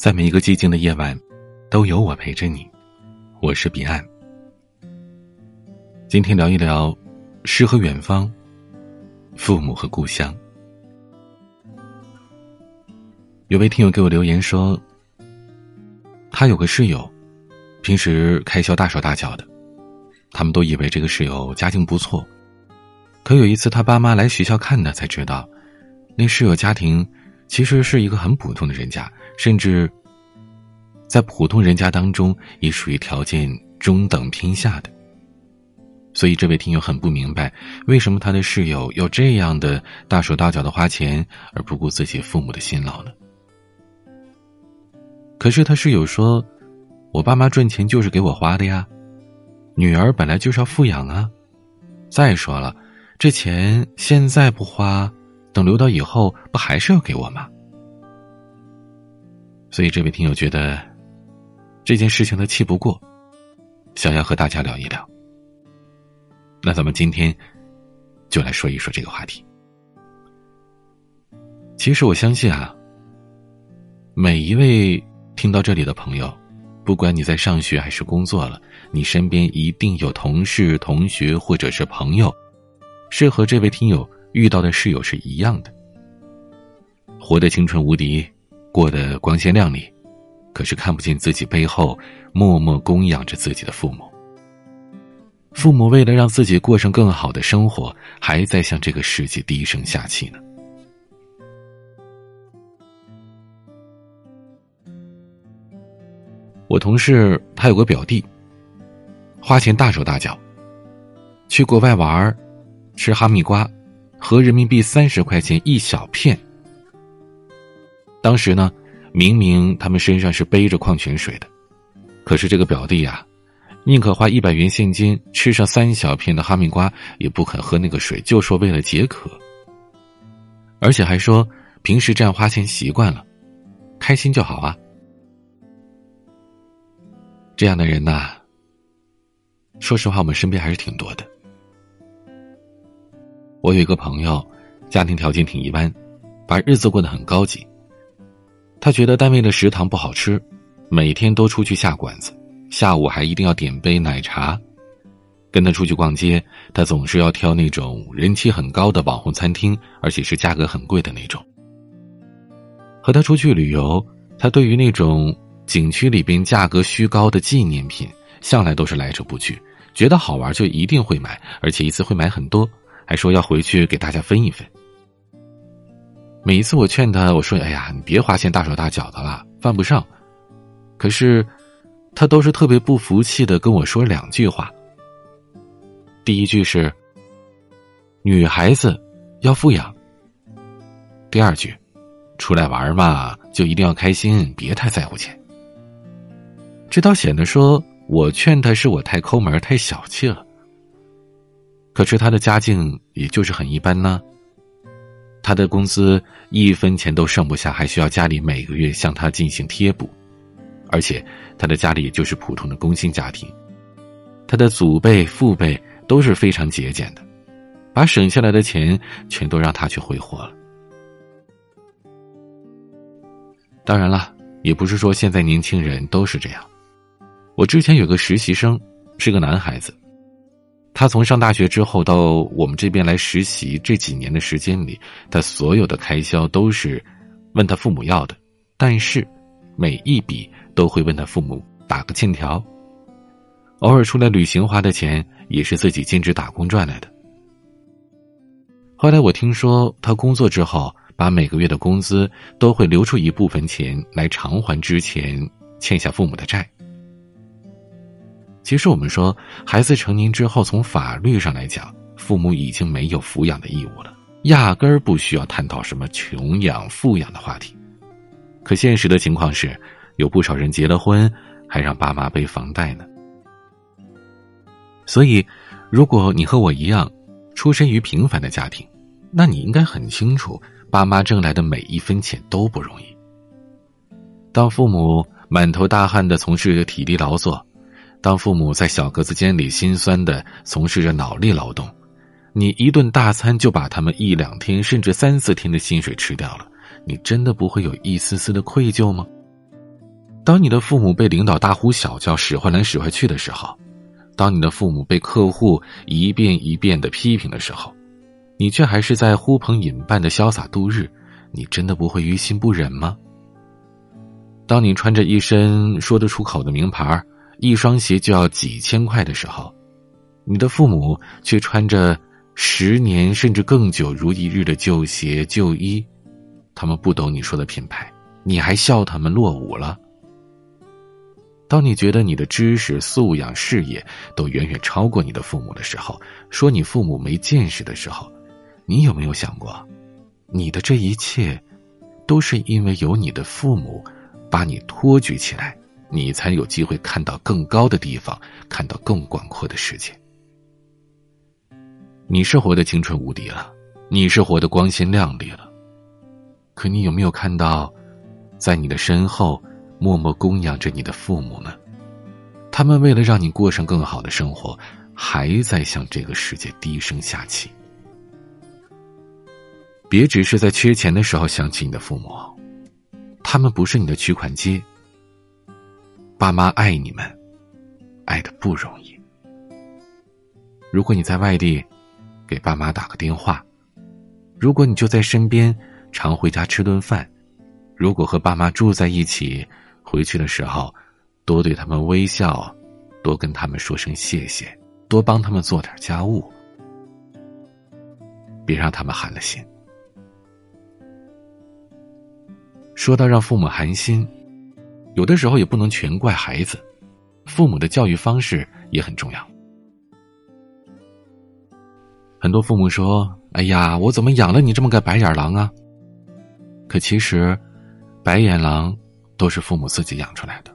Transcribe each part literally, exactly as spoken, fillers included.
在每一个寂静的夜晚，都有我陪着你。我是彼岸。今天聊一聊诗和远方，父母和故乡。有位听友给我留言说，他有个室友，平时开销大手大脚的，他们都以为这个室友家境不错，可有一次他爸妈来学校看他，才知道那室友家庭其实是一个很普通的人家，甚至在普通人家当中也属于条件中等偏下的。所以这位听友很不明白，为什么他的室友要这样的大手大脚的花钱，而不顾自己父母的辛劳呢？可是他室友说，我爸妈赚钱就是给我花的呀，女儿本来就是要富养啊，再说了，这钱现在不花，等留到以后不还是要给我吗？所以这位听友觉得这件事情他气不过，想要和大家聊一聊。那咱们今天就来说一说这个话题。其实我相信啊，每一位听到这里的朋友，不管你在上学还是工作了，你身边一定有同事、同学或者是朋友，是和这位听友遇到的室友是一样的，活得青春无敌，过得光鲜亮丽，可是看不见自己背后默默供养着自己的父母。父母为了让自己过上更好的生活，还在向这个世界低声下气呢。我同事他有个表弟，花钱大手大脚，去国外玩，吃哈密瓜，合人民币三十块钱一小片。当时呢，明明他们身上是背着矿泉水的，可是这个表弟啊，宁可花一百元现金吃上三小片的哈密瓜，也不肯喝那个水，就说为了解渴。而且还说平时这样花钱习惯了，开心就好啊。这样的人呐，说实话我们身边还是挺多的。我有一个朋友，家庭条件挺一般，把日子过得很高级。他觉得单位的食堂不好吃，每天都出去下馆子，下午还一定要点杯奶茶。跟他出去逛街，他总是要挑那种人气很高的网红餐厅，而且是价格很贵的那种。和他出去旅游，他对于那种景区里边价格虚高的纪念品向来都是来者不拒，觉得好玩就一定会买，而且一次会买很多，还说要回去给大家分一分。每一次我劝他，我说哎呀，你别花钱大手大脚的了，犯不上。可是他都是特别不服气的跟我说两句话。第一句是女孩子要富养，第二句出来玩嘛，就一定要开心，别太在乎钱。这倒显得说我劝他是我太抠门太小气了。可是他的家境也就是很一般呢，他的工资一分钱都剩不下，还需要家里每个月向他进行贴补。而且他的家里也就是普通的工薪家庭，他的祖辈父辈都是非常节俭的，把省下来的钱全都让他去挥霍了。当然了，也不是说现在年轻人都是这样。我之前有个实习生，是个男孩子，他从上大学之后到我们这边来实习，这几年的时间里，他所有的开销都是问他父母要的，但是每一笔都会问他父母打个欠条。偶尔出来旅行花的钱也是自己兼职打工赚来的。后来我听说他工作之后，把每个月的工资都会留出一部分钱来偿还之前欠下父母的债。其实我们说，孩子成年之后，从法律上来讲，父母已经没有抚养的义务了，压根儿不需要探讨什么穷养富养的话题。可现实的情况是，有不少人结了婚还让爸妈背房贷呢。所以如果你和我一样出身于平凡的家庭，那你应该很清楚，爸妈挣来的每一分钱都不容易。当父母满头大汗地从事着体力劳作，当父母在小格子间里心酸地从事着脑力劳动，你一顿大餐就把他们一两天甚至三四天的薪水吃掉了，你真的不会有一丝丝的愧疚吗？ 当你的父母被领导大呼小叫、使唤来使唤去的时候，当你的父母被客户一遍一遍的批评的时候，你却还是在呼朋引伴的潇洒度日，你真的不会于心不忍吗？当你穿着一身说得出口的名牌，一双鞋就要几千块的时候，你的父母却穿着十年甚至更久如一日的旧鞋旧衣，他们不懂你说的品牌，你还笑他们落伍了。当你觉得你的知识、素养、事业都远远超过你的父母的时候，说你父母没见识的时候，你有没有想过，你的这一切都是因为有你的父母把你托举起来，你才有机会看到更高的地方，看到更广阔的世界。你是活得青春无敌了，你是活得光鲜亮丽了，可你有没有看到，在你的身后默默供养着你的父母呢？他们为了让你过上更好的生活，还在向这个世界低声下气。别只是在缺钱的时候想起你的父母，他们不是你的取款机。爸妈爱你们，爱得不容易。如果你在外地，给爸妈打个电话；如果你就在身边，常回家吃顿饭；如果和爸妈住在一起，回去的时候多对他们微笑，多跟他们说声谢谢，多帮他们做点家务，别让他们寒了心。说到让父母寒心，有的时候也不能全怪孩子，父母的教育方式也很重要。很多父母说，哎呀，我怎么养了你这么个白眼狼啊？可其实白眼狼都是父母自己养出来的。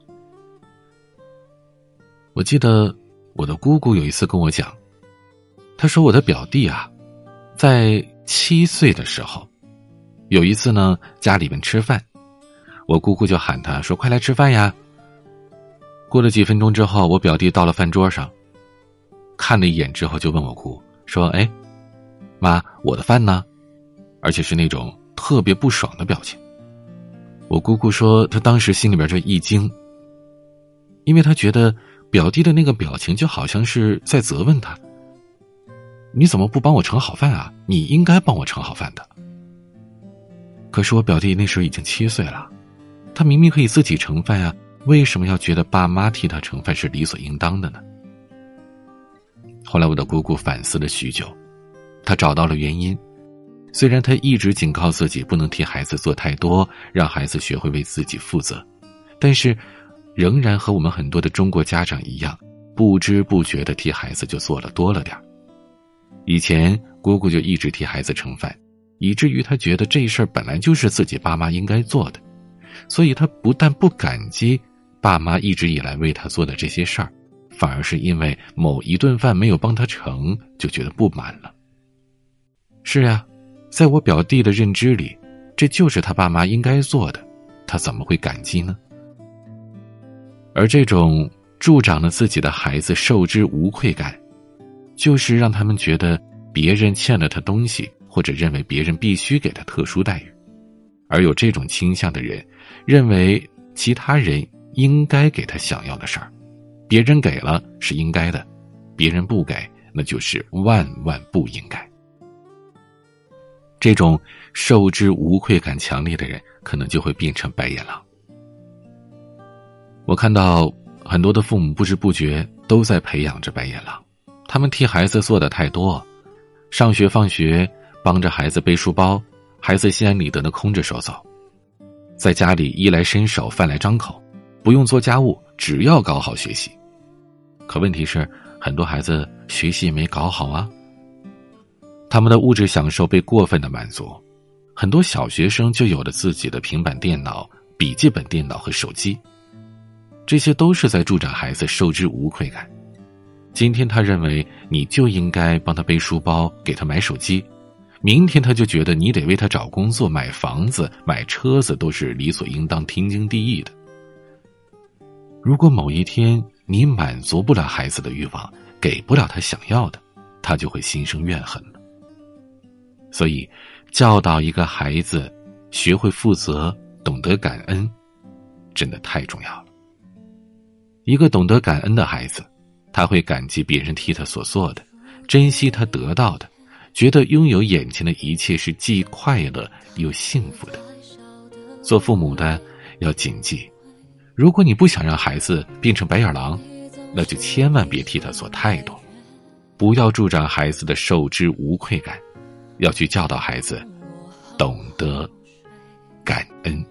我记得我的姑姑有一次跟我讲，她说我的表弟啊，在七岁的时候，有一次呢，家里面吃饭，我姑姑就喊他说，快来吃饭呀。过了几分钟之后，我表弟到了饭桌上，看了一眼之后就问我姑说，哎，妈，我的饭呢？而且是那种特别不爽的表情。我姑姑说她当时心里边就一惊，因为她觉得表弟的那个表情就好像是在责问他，你怎么不帮我盛好饭啊？你应该帮我盛好饭的。可是我表弟那时候已经七岁了，他明明可以自己盛饭啊，为什么要觉得爸妈替他盛饭是理所应当的呢？后来我的姑姑反思了许久，她找到了原因。虽然她一直警告自己不能替孩子做太多，让孩子学会为自己负责，但是仍然和我们很多的中国家长一样，不知不觉地替孩子就做了多了点。以前姑姑就一直替孩子盛饭，以至于她觉得这事儿本来就是自己爸妈应该做的，所以她不但不感激爸妈一直以来为她做的这些事儿，反而是因为某一顿饭没有帮她盛，就觉得不满了。是啊，在我表弟的认知里，这就是他爸妈应该做的，他怎么会感激呢？而这种助长了自己的孩子受之无愧感，就是让他们觉得别人欠了他东西，或者认为别人必须给他特殊待遇。而有这种倾向的人，认为其他人应该给他想要的事儿，别人给了是应该的，别人不给那就是万万不应该。这种受之无愧感强烈的人，可能就会变成白眼狼。我看到很多的父母不知不觉都在培养着白眼狼，他们替孩子做的太多，上学放学帮着孩子背书包，孩子心安理得的空着手走，在家里衣来伸手饭来张口，不用做家务，只要搞好学习。可问题是，很多孩子学习没搞好啊，他们的物质享受被过分的满足，很多小学生就有了自己的平板电脑、笔记本电脑和手机，这些都是在助长孩子受之无愧感。今天他认为你就应该帮他背书包，给他买手机，明天他就觉得你得为他找工作、买房子、买车子都是理所应当、天经地义的。如果某一天你满足不了孩子的欲望，给不了他想要的，他就会心生怨恨了。所以教导一个孩子学会负责，懂得感恩， 真的太重要了。一个懂得感恩的孩子，他会感激别人替他所做的，珍惜他得到的，觉得拥有眼前的一切是既快乐又幸福的。做父母的要谨记，如果你不想让孩子变成白眼狼，那就千万别替他做太多，不要助长孩子的受之无愧感，要去教导孩子懂得感恩。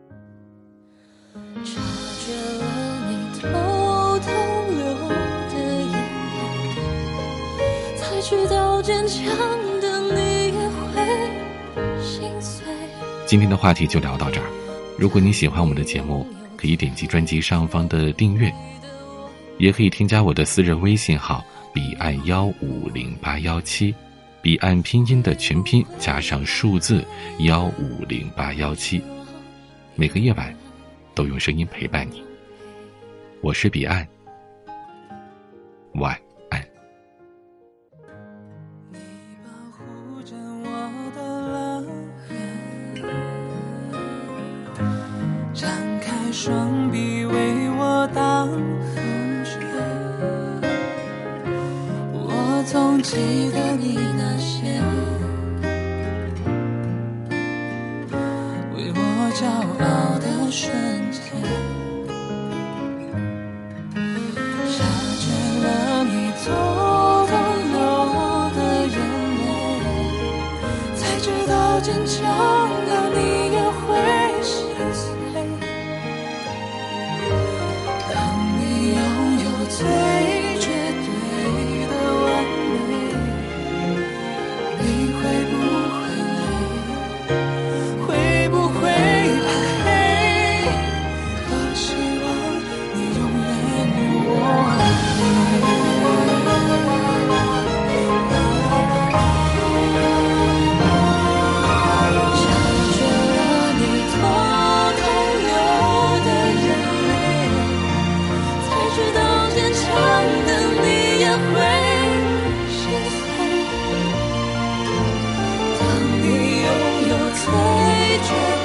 察觉了你偷偷流的眼泪，才知道坚强的你也会心碎。 今天的话题就聊到这儿，如果你喜欢我们的节目，可以点击专辑上方的订阅，也可以添加我的私人微信号彼岸一五零八一七，彼岸拼音的全拼加上数字一五零八一七，每个夜晚都用声音陪伴你。我是彼岸，晚安。 你保护着我的乐园，张开双臂为我挡风雪。我总记得你那些为我骄傲的瞬间，察觉了你偷偷流的眼泪，才知道坚强的你也会心碎。当你拥有最绝对的完美，你会不会累？会不会怕黑？多希望你永远与我察觉了你偷偷流的眼泪，才知道坚强的你也会心碎。当你拥有最绝